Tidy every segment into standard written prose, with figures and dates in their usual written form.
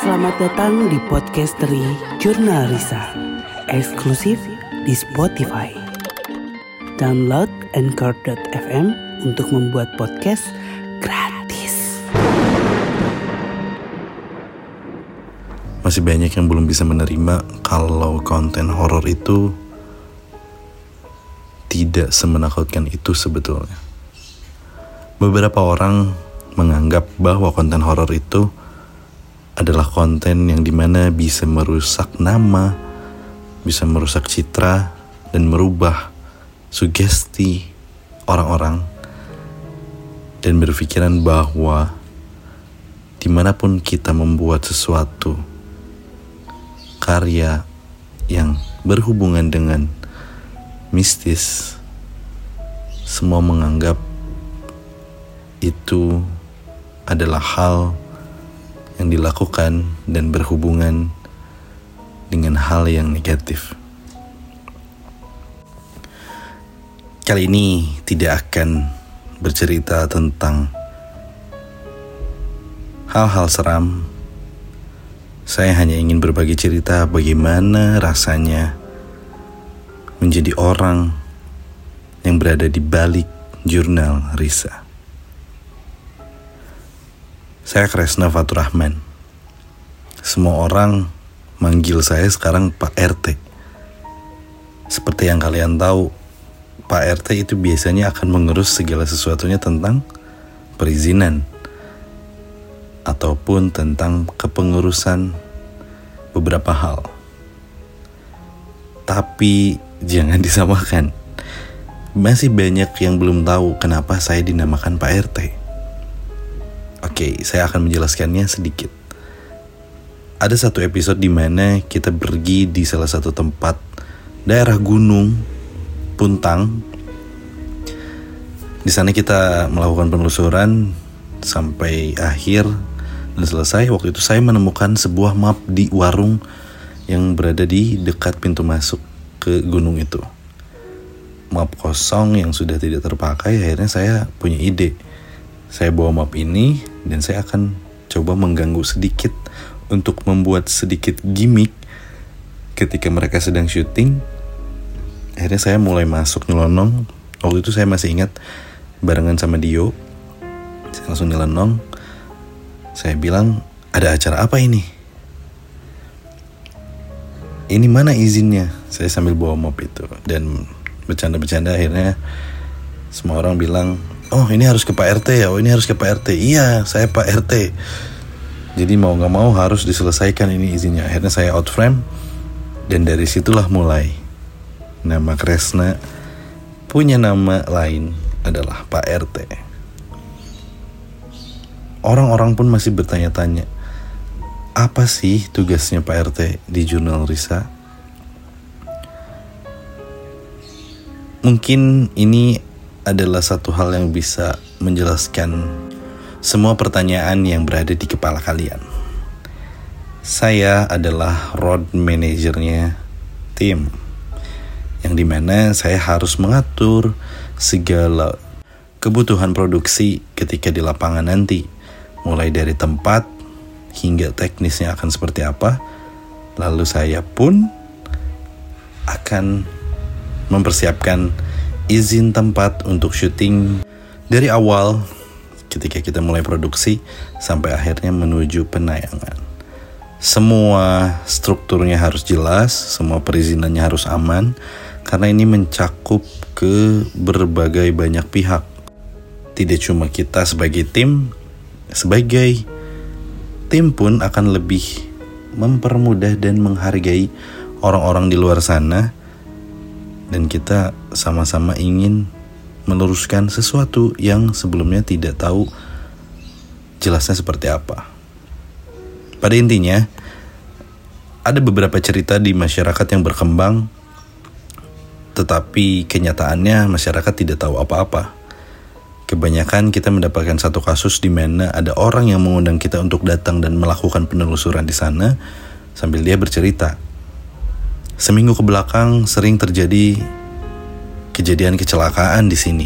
Selamat datang di Podcastery Jurnal Risa, eksklusif di Spotify. Download Anchor.fm untuk membuat podcast gratis. Masih banyak yang belum bisa menerima kalau konten horor itu tidak semenakutkan itu sebetulnya. Beberapa orang menganggap bahwa konten horor itu adalah konten yang dimana bisa merusak nama, bisa merusak citra, dan merubah sugesti orang-orang, dan berpikiran bahwa dimanapun kita membuat sesuatu karya yang berhubungan dengan mistis, semua menganggap itu adalah hal yang dilakukan dan berhubungan dengan hal yang negatif. Kali ini tidak akan bercerita tentang hal-hal seram. Saya hanya ingin berbagi cerita bagaimana rasanya menjadi orang yang berada di balik jurnal Risa. Saya Kresna Fatur Rahman. Semua orang manggil saya sekarang Pak RT. Seperti yang kalian tahu, Pak RT itu biasanya akan mengurus segala sesuatunya tentang perizinan ataupun tentang kepengurusan beberapa hal. Tapi jangan disamakan. Masih banyak yang belum tahu kenapa saya dinamakan Pak RT. Oke, saya akan menjelaskannya sedikit. Ada satu episode di mana kita pergi di salah satu tempat daerah Gunung Puntang. Di sana kita melakukan penelusuran sampai akhir dan selesai. Waktu itu saya menemukan sebuah map di warung yang berada di dekat pintu masuk ke gunung itu. Map kosong yang sudah tidak terpakai. Akhirnya saya punya ide. Saya bawa map ini dan saya akan coba mengganggu sedikit untuk membuat sedikit gimmick ketika mereka sedang syuting. Akhirnya saya mulai masuk nyelonong. Waktu itu saya masih ingat barengan sama Dio. Saya langsung nyelonong. Saya bilang, ada acara apa ini? Ini mana izinnya? Saya sambil bawa map itu. Dan bercanda-bercanda akhirnya semua orang bilang, oh ini harus ke Pak RT ya, oh ini harus ke Pak RT. Iya, saya Pak RT. Jadi mau gak mau harus diselesaikan ini izinnya. Akhirnya saya out frame. Dan dari situlah mulai nama Kresna punya nama lain adalah Pak RT. Orang-orang pun masih bertanya-tanya, apa sih tugasnya Pak RT di jurnal Risa? Mungkin ini adalah satu hal yang bisa menjelaskan semua pertanyaan yang berada di kepala kalian. Saya adalah road manajernya tim, yang dimana saya harus mengatur segala kebutuhan produksi ketika di lapangan nanti, mulai dari tempat hingga teknisnya akan seperti apa. Lalu saya pun akan mempersiapkan izin tempat untuk syuting dari awal ketika kita mulai produksi sampai akhirnya menuju penayangan. Semua strukturnya harus jelas, semua perizinannya harus aman, karena ini mencakup ke berbagai banyak pihak. Tidak cuma kita sebagai tim pun akan lebih mempermudah dan menghargai orang-orang di luar sana. Dan kita sama-sama ingin meluruskan sesuatu yang sebelumnya tidak tahu jelasnya seperti apa. Pada intinya, ada beberapa cerita di masyarakat yang berkembang, tetapi kenyataannya masyarakat tidak tahu apa-apa. Kebanyakan kita mendapatkan satu kasus di mana ada orang yang mengundang kita untuk datang dan melakukan penelusuran di sana sambil dia bercerita. Seminggu kebelakang sering terjadi kejadian kecelakaan di sini.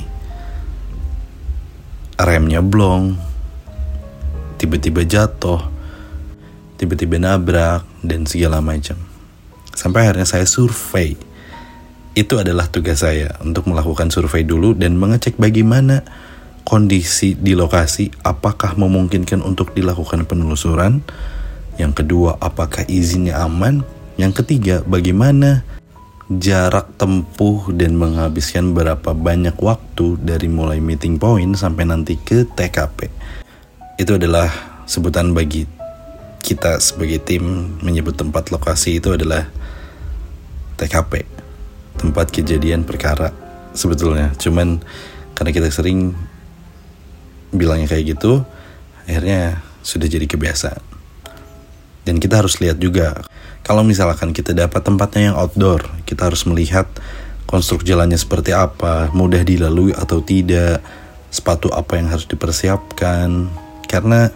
Remnya blong, tiba-tiba jatuh, tiba-tiba nabrak, dan segala macam. Sampai akhirnya saya survei. Itu adalah tugas saya, untuk melakukan survei dulu dan mengecek bagaimana kondisi di lokasi, apakah memungkinkan untuk dilakukan penelusuran. Yang kedua, apakah izinnya aman. Yang ketiga, bagaimana jarak tempuh dan menghabiskan berapa banyak waktu dari mulai meeting point sampai nanti ke TKP. Itu adalah sebutan bagi kita sebagai tim menyebut tempat lokasi itu adalah TKP, tempat kejadian perkara sebetulnya. Cuman karena kita sering bilangnya kayak gitu, akhirnya sudah jadi kebiasaan. Dan kita harus lihat juga, kalau misalkan kita dapat tempatnya yang outdoor, kita harus melihat konstruk jalannya seperti apa, mudah dilalui atau tidak, sepatu apa yang harus dipersiapkan. Karena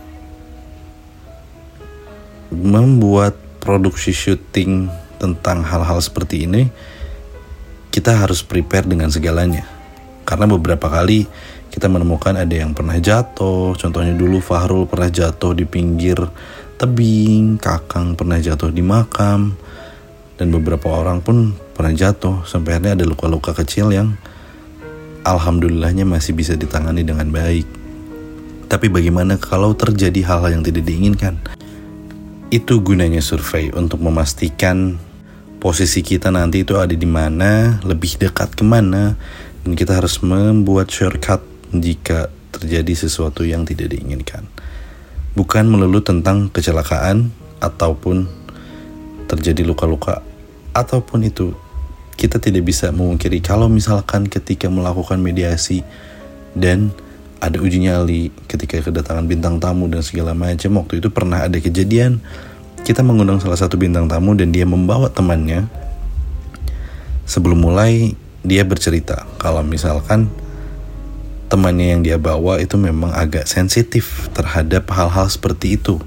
membuat produksi syuting tentang hal-hal seperti ini, kita harus prepare dengan segalanya. Karena beberapa kali kita menemukan ada yang pernah jatuh. Contohnya dulu Fahrul pernah jatuh di pinggir tebing, Kakang pernah jatuh di makam, dan beberapa orang pun pernah jatuh. Sampai akhirnya ada luka-luka kecil yang alhamdulillahnya masih bisa ditangani dengan baik. Tapi bagaimana kalau terjadi hal-hal yang tidak diinginkan? Itu gunanya survei, untuk memastikan posisi kita nanti itu ada di mana, lebih dekat kemana, dan kita harus membuat shortcut jika terjadi sesuatu yang tidak diinginkan. Bukan melulu tentang kecelakaan ataupun terjadi luka-luka ataupun itu. Kita tidak bisa memungkiri kalau misalkan ketika melakukan mediasi dan ada uji nyali, ketika kedatangan bintang tamu dan segala macam. Waktu itu pernah ada kejadian, kita mengundang salah satu bintang tamu dan dia membawa temannya. Sebelum mulai dia bercerita kalau misalkan temannya yang dia bawa itu memang agak sensitif terhadap hal-hal seperti itu.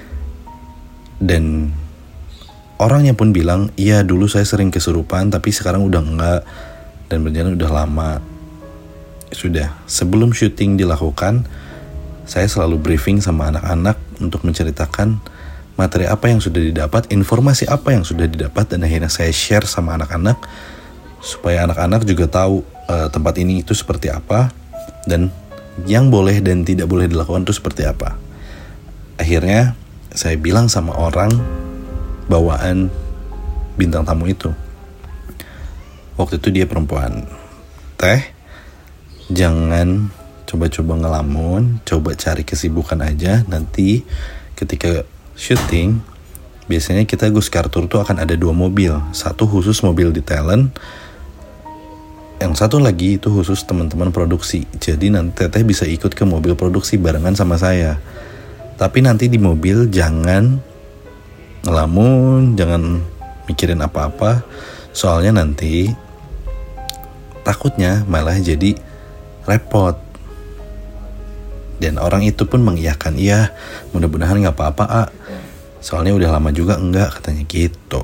Dan orangnya pun bilang, iya dulu saya sering kesurupan tapi sekarang udah enggak, dan berjalan udah lama. Sudah, sebelum syuting dilakukan, saya selalu briefing sama anak-anak untuk menceritakan materi apa yang sudah didapat, informasi apa yang sudah didapat, dan akhirnya saya share sama anak-anak supaya anak-anak juga tahu tempat ini itu seperti apa dan yang boleh dan tidak boleh dilakukan itu seperti apa. Akhirnya saya bilang sama orang bawaan bintang tamu itu, waktu itu dia perempuan, teh jangan coba-coba ngelamun, coba cari kesibukan aja. Nanti ketika syuting biasanya kita Gus Kartur tuh akan ada 2 mobil, satu khusus mobil di talent, yang satu lagi itu khusus teman-teman produksi. Jadi nanti teteh bisa ikut ke mobil produksi barengan sama saya. Tapi nanti di mobil jangan ngelamun, jangan mikirin apa-apa. Soalnya nanti takutnya malah jadi repot. Dan orang itu pun mengiyakan, iya mudah-mudahan gak apa-apa soalnya udah lama juga enggak, katanya gitu.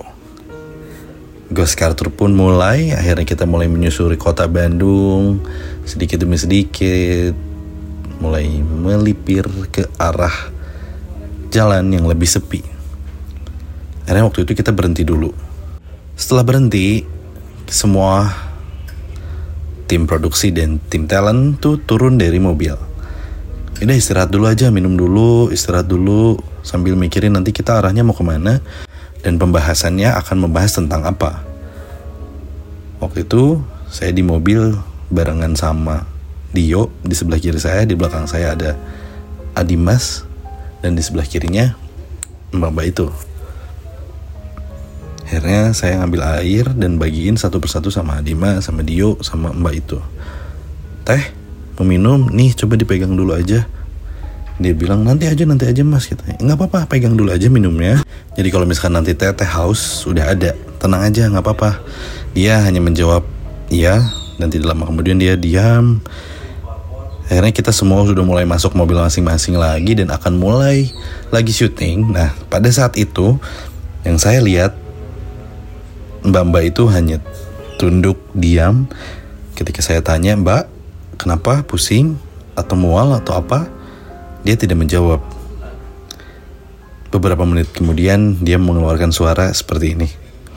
Gus Kartur pun akhirnya kita mulai menyusuri kota Bandung, sedikit demi sedikit mulai melipir ke arah jalan yang lebih sepi. Akhirnya waktu itu kita berhenti dulu. Setelah berhenti, semua tim produksi dan tim talent tuh turun dari mobil. Udah istirahat dulu aja, minum dulu, istirahat dulu, sambil mikirin nanti kita arahnya mau kemana dan pembahasannya akan membahas tentang apa. Waktu itu saya di mobil barengan sama Dio, di sebelah kiri saya, di belakang saya ada Adimas, dan di sebelah kirinya mbak-mbak itu. Akhirnya saya ngambil air dan bagiin satu persatu sama Adimas, sama Dio, sama mbak itu. Teh, mau minum? Nih coba dipegang dulu aja. Dia bilang nanti aja mas, katanya. Nggak apa-apa, pegang dulu aja minumnya. Jadi kalau misalkan nanti teh haus sudah ada, tenang aja, nggak apa-apa. Dia hanya menjawab iya, dan tidak lama kemudian dia diam. Akhirnya kita semua sudah mulai masuk mobil masing-masing lagi dan akan mulai lagi syuting. Nah pada saat itu yang saya lihat mbak-mbak itu hanya tunduk diam. Ketika saya tanya, mbak kenapa, pusing atau mual atau apa? Dia tidak menjawab. Beberapa menit kemudian dia mengeluarkan suara seperti ini.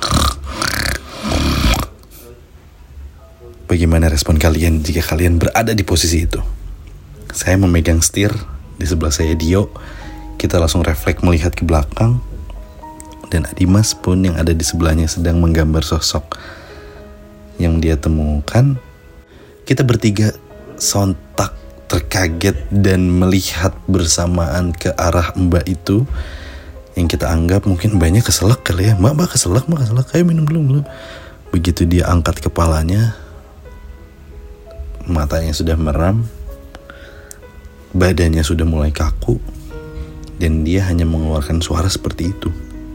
Bagaimana respon kalian jika kalian berada di posisi itu? Saya memegang setir, di sebelah saya Dio. Kita langsung refleks melihat ke belakang, dan Adimas pun yang ada di sebelahnya sedang menggambar sosok yang dia temukan. Kita bertiga sontak terkaget dan melihat bersamaan ke arah mbak itu, yang kita anggap mungkin mbaknya keselak kali ya. Mbak keselak, ayo minum dulu. Begitu dia angkat kepalanya, matanya sudah meram, badannya sudah mulai kaku, dan dia hanya mengeluarkan suara seperti itu.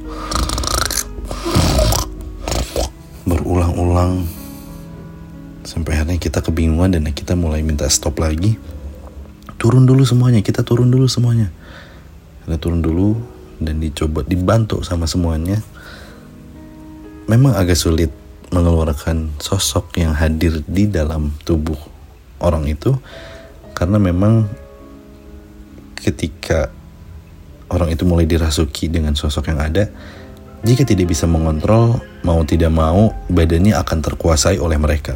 Berulang-ulang, sampai akhirnya kita kebingungan dan kita mulai minta stop lagi. Turun dulu semuanya. Kita turun dulu dan dibantu sama semuanya. Memang agak sulit mengeluarkan sosok yang hadir di dalam tubuh orang itu, karena memang ketika orang itu mulai dirasuki dengan sosok yang ada, jika tidak bisa mengontrol, mau tidak mau badannya akan terkuasai oleh mereka.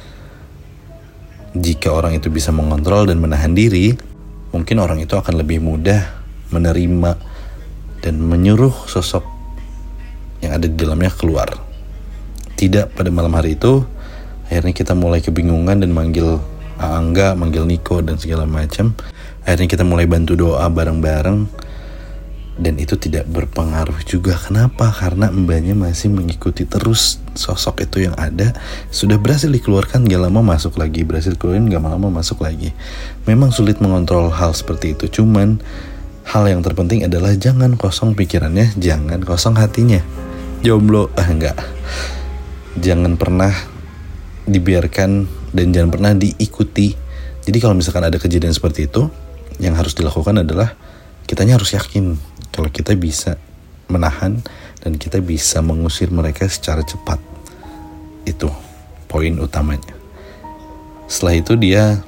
Jika orang itu bisa mengontrol dan menahan diri, mungkin orang itu akan lebih mudah menerima dan menyuruh sosok yang ada di dalamnya keluar. Tidak pada malam hari itu, akhirnya kita mulai kebingungan dan manggil Angga, manggil Niko dan segala macam. Akhirnya kita mulai bantu doa bareng-bareng, dan itu tidak berpengaruh juga. Kenapa? Karena mbaknya masih mengikuti terus sosok itu yang ada. Sudah berhasil dikeluarkan, gak lama masuk lagi. Berhasil keluarin, gak lama masuk lagi. Memang sulit mengontrol hal seperti itu. Cuman hal yang terpenting adalah jangan kosong pikirannya, jangan kosong hatinya. Jomblo, enggak. Jangan pernah dibiarkan dan jangan pernah diikuti. Jadi kalau misalkan ada kejadian seperti itu, yang harus dilakukan adalah kitanya harus yakin kalau kita bisa menahan dan kita bisa mengusir mereka secara cepat. Itu poin utamanya. Setelah itu dia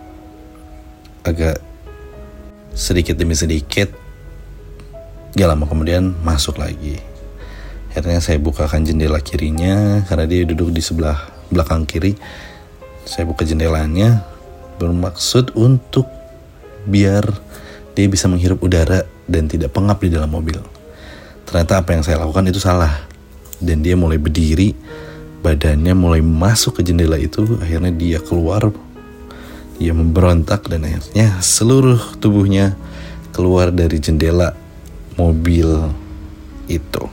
agak sedikit demi sedikit, gak lama kemudian masuk lagi. Akhirnya saya bukakan jendela kirinya, karena dia duduk di sebelah belakang kiri. Saya buka jendelanya bermaksud untuk biar dia bisa menghirup udara dan tidak pengap di dalam mobil. Ternyata apa yang saya lakukan itu salah, dan dia mulai berdiri, badannya mulai masuk ke jendela itu. Akhirnya dia keluar, dia memberontak, dan akhirnya seluruh tubuhnya keluar dari jendela mobil itu.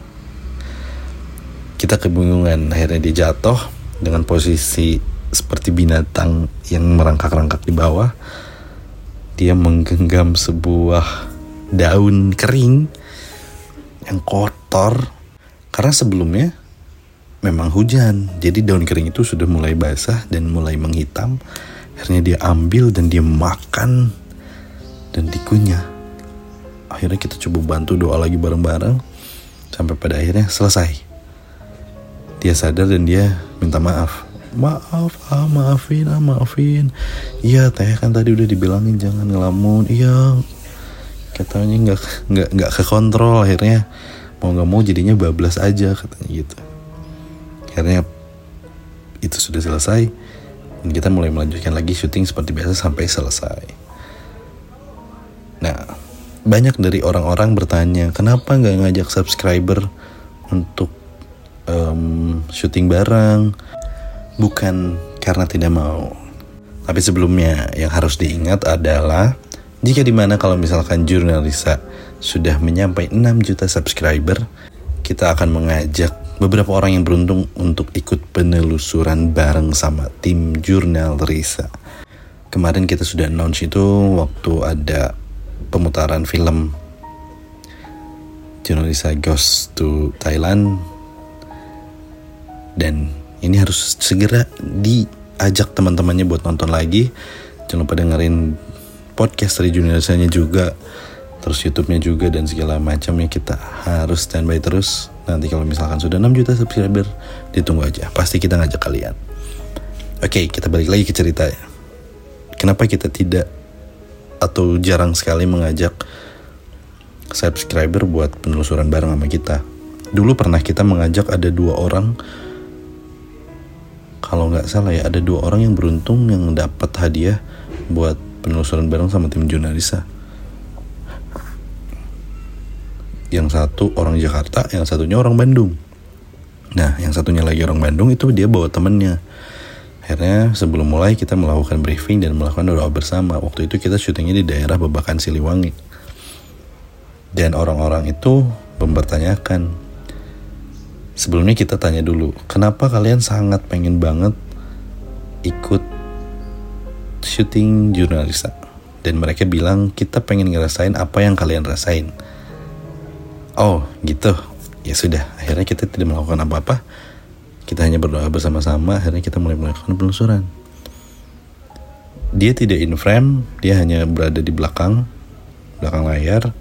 Kita kebingungan, akhirnya dia jatuh dengan posisi seperti binatang yang merangkak-rangkak di bawah. Dia menggenggam sebuah daun kering yang kotor, karena sebelumnya memang hujan, jadi daun kering itu sudah mulai basah dan mulai menghitam. Akhirnya dia ambil dan dia makan dan dikunyah. Akhirnya kita coba bantu doa lagi bareng-bareng, sampai pada akhirnya selesai. Dia sadar dan dia minta maaf. Maafin. Iya teh, kan tadi udah dibilangin jangan ngelamun. Iya, katanya nggak kekontrol. Akhirnya mau nggak mau jadinya bablas aja, katanya gitu. Akhirnya itu sudah selesai, dan kita mulai melanjutkan lagi syuting seperti biasa sampai selesai. Nah, banyak dari orang-orang bertanya, kenapa nggak ngajak subscriber untuk syuting bareng? Bukan karena tidak mau, tapi sebelumnya yang harus diingat adalah jika dimana kalau misalkan Jurnalisa sudah menyampai 6 juta subscriber, kita akan mengajak beberapa orang yang beruntung untuk ikut penelusuran bareng sama tim Jurnalisa. Kemarin kita sudah announce itu waktu ada pemutaran film Jurnalisa Goes to Thailand, dan ini harus segera diajak teman-temannya buat nonton lagi. Jangan lupa dengerin podcast dari Jurnalisanya juga, terus YouTube-nya juga, dan segala macamnya. Kita harus standby terus. Nanti kalau misalkan sudah 6 juta subscriber, ditunggu aja, pasti kita ngajak kalian. Oke, kita balik lagi ke cerita. Kenapa kita tidak atau jarang sekali mengajak subscriber buat penelusuran bareng sama kita. Dulu pernah kita mengajak ada 2 orang, kalau nggak salah ya, ada 2 orang yang beruntung yang dapat hadiah buat penelusuran bareng sama tim Jurnalisa. Yang satu orang Jakarta, yang satunya orang Bandung. Nah, yang satunya lagi orang Bandung itu dia bawa temennya. Akhirnya sebelum mulai kita melakukan briefing dan melakukan doa bersama. Waktu itu kita syutingnya di daerah Babakan Siliwangi. Dan orang-orang itu mempertanyakan. Sebelumnya kita tanya dulu, kenapa kalian sangat pengen banget ikut syuting Jurnalisa? Dan mereka bilang, kita pengen ngerasain apa yang kalian rasain. Oh gitu, ya sudah. Akhirnya kita tidak melakukan apa-apa. Kita hanya berdoa bersama-sama. Akhirnya kita mulai melakukan penelusuran. Dia tidak in frame, dia hanya berada di belakang layar,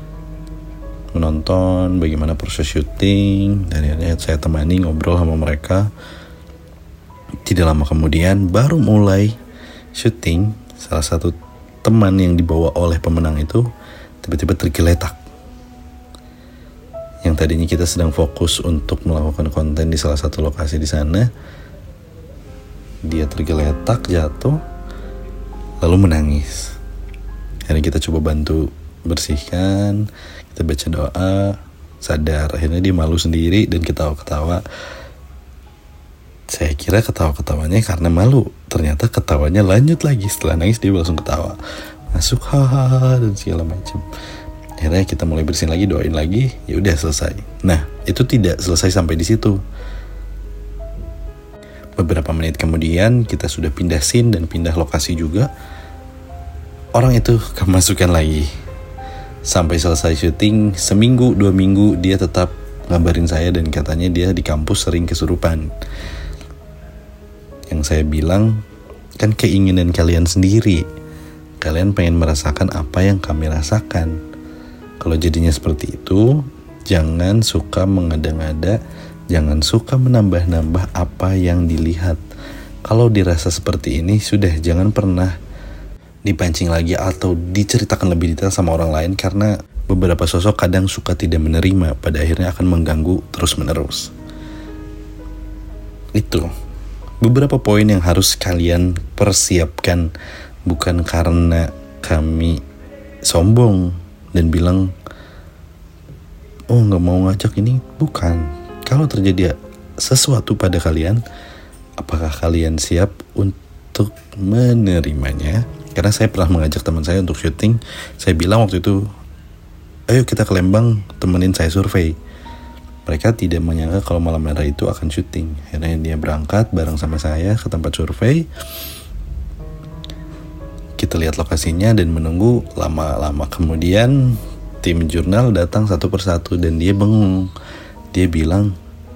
menonton bagaimana proses syuting. Dan akhirnya saya temani ngobrol sama mereka. Tidak lama kemudian baru mulai syuting, salah satu teman yang dibawa oleh pemenang itu tiba-tiba tergeletak. Yang tadinya kita sedang fokus untuk melakukan konten di salah satu lokasi di sana, dia tergeletak, jatuh, lalu menangis. Akhirnya kita coba bantu bersihkan, kita baca doa, sadar. Akhirnya dia malu sendiri dan ketawa-ketawa. Saya kira ketawa-ketawanya karena malu, ternyata ketawanya lanjut lagi. Setelah nangis dia langsung ketawa, masuk hahaha dan segala macam. Akhirnya kita mulai bersihin lagi, doain lagi, ya udah selesai. Nah, itu tidak selesai sampai di situ. Beberapa menit kemudian kita sudah pindah scene dan pindah lokasi juga. Orang itu kemasukan lagi. Sampai selesai syuting, seminggu, 2 minggu dia tetap ngabarin saya dan katanya dia di kampus sering kesurupan. Yang saya bilang, kan keinginan kalian sendiri. Kalian pengen merasakan apa yang kami rasakan. Kalau jadinya seperti itu, jangan suka mengada-ngada, jangan suka menambah-nambah apa yang dilihat. Kalau dirasa seperti ini, sudah jangan pernah dipancing lagi atau diceritakan lebih detail sama orang lain, karena beberapa sosok kadang suka tidak menerima, pada akhirnya akan mengganggu terus-menerus. Itu beberapa poin yang harus kalian persiapkan, bukan karena kami sombong dan bilang, oh gak mau ngajak ini, bukan. Kalau terjadi sesuatu pada kalian, apakah kalian siap untuk menerimanya? Karena saya pernah mengajak teman saya untuk syuting. Saya bilang waktu itu, ayo kita ke Lembang, temenin saya survei. Mereka tidak menyangka kalau malam hari itu akan syuting. Akhirnya dia berangkat bareng sama saya ke tempat survei. Kita lihat lokasinya dan menunggu. Lama-lama kemudian tim jurnal datang satu persatu dan dia bengong. Dia bilang,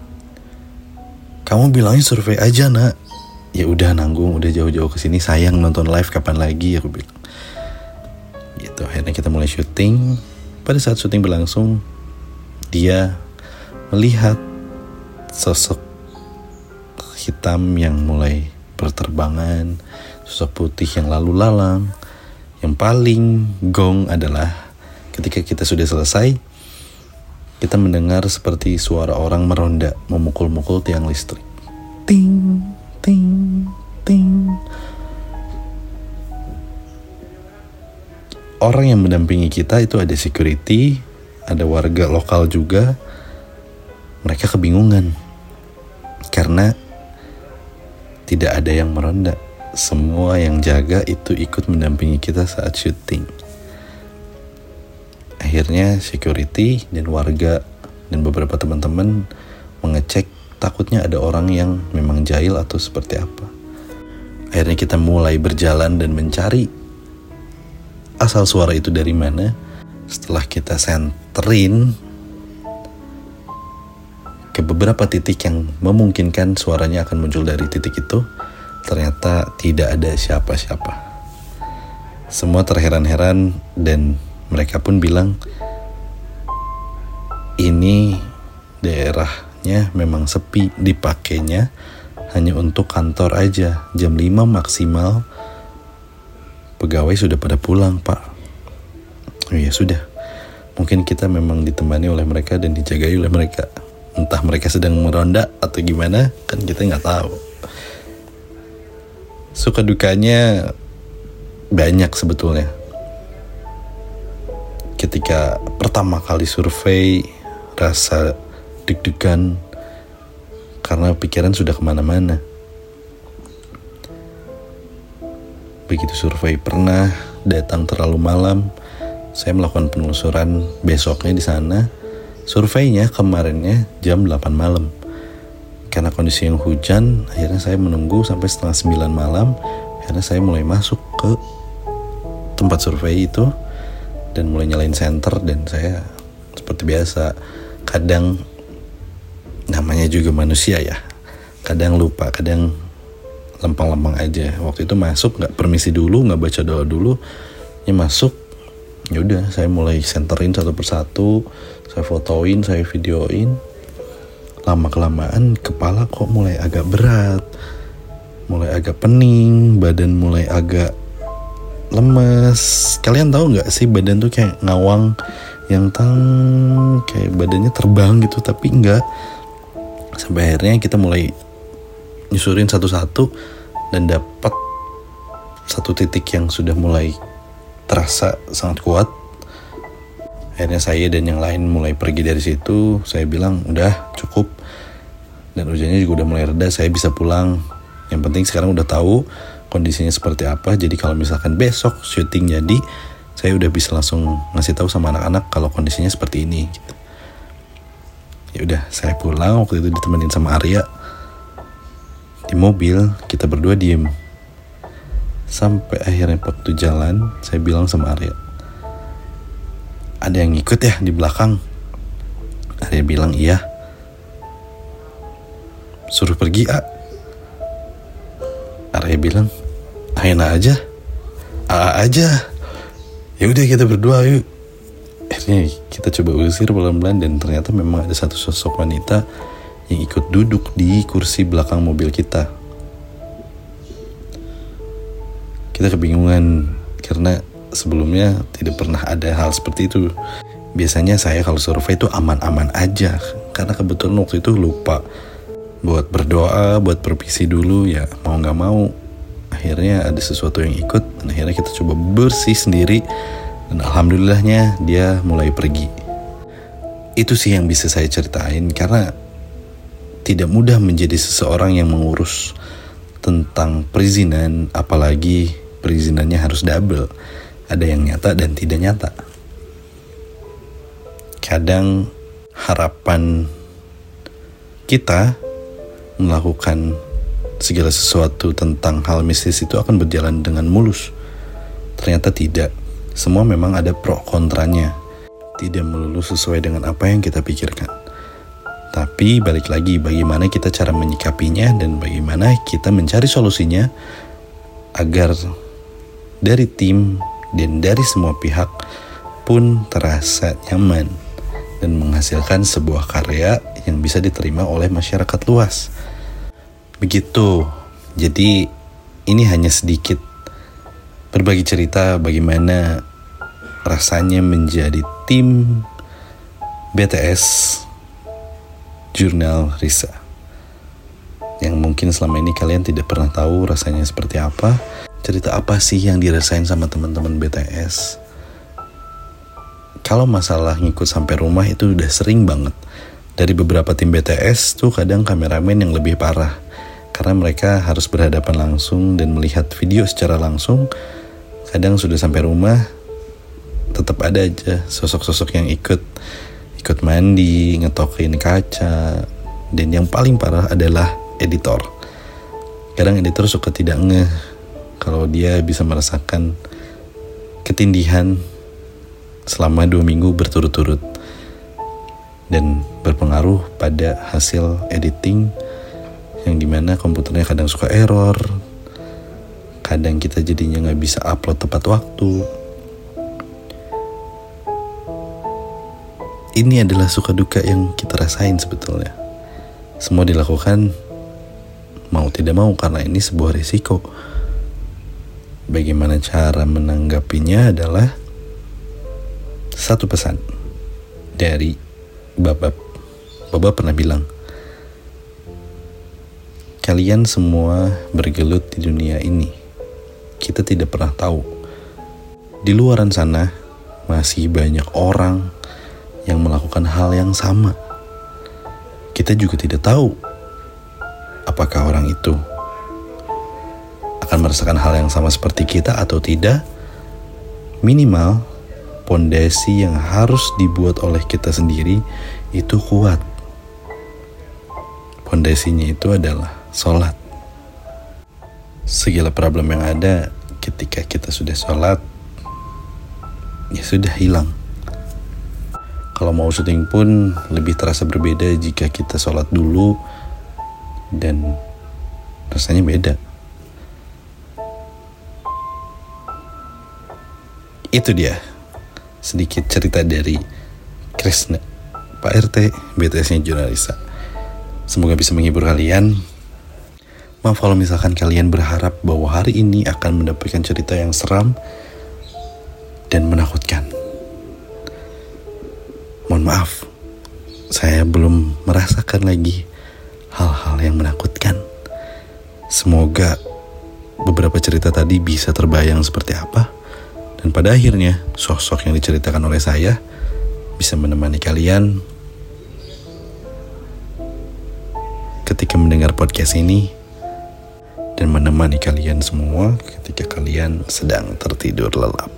kamu bilangnya survei aja nak. Ya udah nanggung, udah jauh-jauh kesini, sayang nonton live kapan lagi, aku bilang. Gitu. Akhirnya kita mulai syuting. Pada saat syuting berlangsung, dia melihat sosok hitam yang mulai berterbangan, sosok putih yang lalu lalang. Yang paling gong adalah ketika kita sudah selesai, kita mendengar seperti suara orang meronda memukul-mukul tiang listrik. Ting, ting, ting. Orang yang mendampingi kita itu ada security, ada warga lokal juga. Mereka kebingungan karena tidak ada yang meronda. Semua yang jaga itu ikut mendampingi kita saat syuting. Akhirnya security dan warga dan beberapa teman-teman mengecek, takutnya ada orang yang memang jahil atau seperti apa. Akhirnya kita mulai berjalan dan mencari asal suara itu dari mana. Setelah kita senterin ke beberapa titik yang memungkinkan suaranya akan muncul dari titik itu, ternyata tidak ada siapa-siapa. Semua terheran-heran dan mereka pun bilang, ini daerahnya memang sepi, dipakainya hanya untuk kantor aja. Jam 5 maksimal pegawai sudah pada pulang, Pak. Oh ya sudah. Mungkin kita memang ditemani oleh mereka dan dijagai oleh mereka. Entah mereka sedang meronda atau gimana, kan kita gak tahu. Suka dukanya banyak sebetulnya. Ketika pertama kali survei, rasa deg-degan karena pikiran sudah kemana-mana. Begitu survei pernah datang terlalu malam, saya melakukan penelusuran besoknya di sana. Surveinya kemarinnya jam 8 malam. Karena kondisi yang hujan, akhirnya saya menunggu sampai setengah 9 malam. Akhirnya saya mulai masuk ke tempat survei itu dan mulai nyalain senter, dan saya seperti biasa, kadang namanya juga manusia ya, kadang lupa, kadang lempeng-lempeng aja. Waktu itu masuk gak permisi dulu, gak baca doa dulu, ya masuk, yaudah saya mulai senterin satu persatu, saya fotoin, saya videoin. Lama-kelamaan kepala kok mulai agak berat, mulai agak pening, badan mulai agak lemes. Kalian tahu gak sih badan tuh kayak ngawang, yang kayak badannya terbang gitu, tapi enggak. Sampai akhirnya kita mulai nyusurin satu-satu dan dapat satu titik yang sudah mulai terasa sangat kuat. Akhirnya saya dan yang lain mulai pergi dari situ. Saya bilang udah cukup, dan hujannya juga udah mulai reda, saya bisa pulang. Yang penting sekarang udah tahu kondisinya seperti apa. Jadi kalau misalkan besok syuting jadi, saya udah bisa langsung ngasih tahu sama anak-anak kalau kondisinya seperti ini gitu. Ya udah, saya pulang. Waktu itu ditemenin sama Arya. Di mobil kita berdua diem. Sampai akhirnya waktu jalan, saya bilang sama Arya, ada yang ngikut ya di belakang? Arya bilang iya. Suruh pergi Arya bilang Aina aja, aja. Ya udah kita berdua yuk. Akhirnya kita coba usir pelan-pelan, dan ternyata memang ada satu sosok wanita yang ikut duduk di kursi belakang mobil kita. Kita kebingungan karena sebelumnya tidak pernah ada hal seperti itu. Biasanya saya kalau survei itu aman-aman aja, karena kebetulan waktu itu lupa buat berdoa, buat permisi dulu, ya mau gak mau akhirnya ada sesuatu yang ikut, dan akhirnya kita coba bersih sendiri, dan alhamdulillahnya dia mulai pergi. Itu sih yang bisa saya ceritain, karena tidak mudah menjadi seseorang yang mengurus tentang perizinan, apalagi perizinannya harus double, ada yang nyata dan tidak nyata. Kadang harapan kita melakukan segala sesuatu tentang hal mistis itu akan berjalan dengan mulus. Ternyata tidak. Semua memang ada pro kontranya. Tidak melulu sesuai dengan apa yang kita pikirkan. Tapi balik lagi, bagaimana kita cara menyikapinya dan bagaimana kita mencari solusinya agar dari tim dan dari semua pihak pun terasa nyaman dan menghasilkan sebuah karya yang bisa diterima oleh masyarakat luas. Begitu. Jadi ini hanya sedikit berbagi cerita bagaimana rasanya menjadi tim BTS Jurnal Risa, yang mungkin selama ini kalian tidak pernah tahu rasanya seperti apa. Cerita apa sih yang dirasain sama teman-teman BTS? Kalau masalah ngikut sampai rumah itu udah sering banget. Dari beberapa tim BTS tuh kadang kameramen yang lebih parah, karena mereka harus berhadapan langsung dan melihat video secara langsung. Kadang sudah sampai rumah, tetap ada aja sosok-sosok yang ikut mandi, ngetokin kaca. Dan yang paling parah adalah editor. Kadang editor suka tidak ngeh kalau dia bisa merasakan ketindihan selama 2 minggu berturut-turut, dan berpengaruh pada hasil editing, yang dimana komputernya kadang suka error, kadang kita jadinya gak bisa upload tepat waktu. Ini adalah suka duka yang kita rasain sebetulnya. Semua dilakukan mau tidak mau karena ini sebuah risiko. Bagaimana cara menanggapinya adalah satu pesan: dari Babab. Babab pernah bilang, kalian semua bergelut di dunia ini. Kita tidak pernah tahu. Di luaran sana masih banyak orang yang melakukan hal yang sama. Kita juga tidak tahu apakah orang itu akan merasakan hal yang sama seperti kita atau tidak. Minimal pondasi yang harus dibuat oleh kita sendiri itu kuat. Pondasinya itu adalah sholat. Segala problem yang ada ketika kita sudah sholat, ya sudah hilang. Kalau mau syuting pun lebih terasa berbeda jika kita sholat dulu, dan rasanya beda. Itu dia sedikit cerita dari Krisna, Pak RT, BTS-nya Jurnalisa. Semoga bisa menghibur kalian. Maaf kalau misalkan kalian berharap bahwa hari ini akan mendapatkan cerita yang seram dan menakutkan. Mohon maaf, saya belum merasakan lagi hal-hal yang menakutkan. Semoga beberapa cerita tadi bisa terbayang seperti apa, dan pada akhirnya sosok yang diceritakan oleh saya bisa menemani kalian ketika mendengar podcast ini, dan menemani kalian semua ketika kalian sedang tertidur lelap.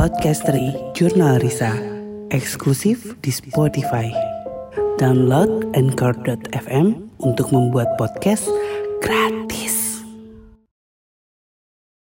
Podcasteri Jurnal Risa, eksklusif di Spotify. Download Anchor.fm untuk membuat podcast gratis.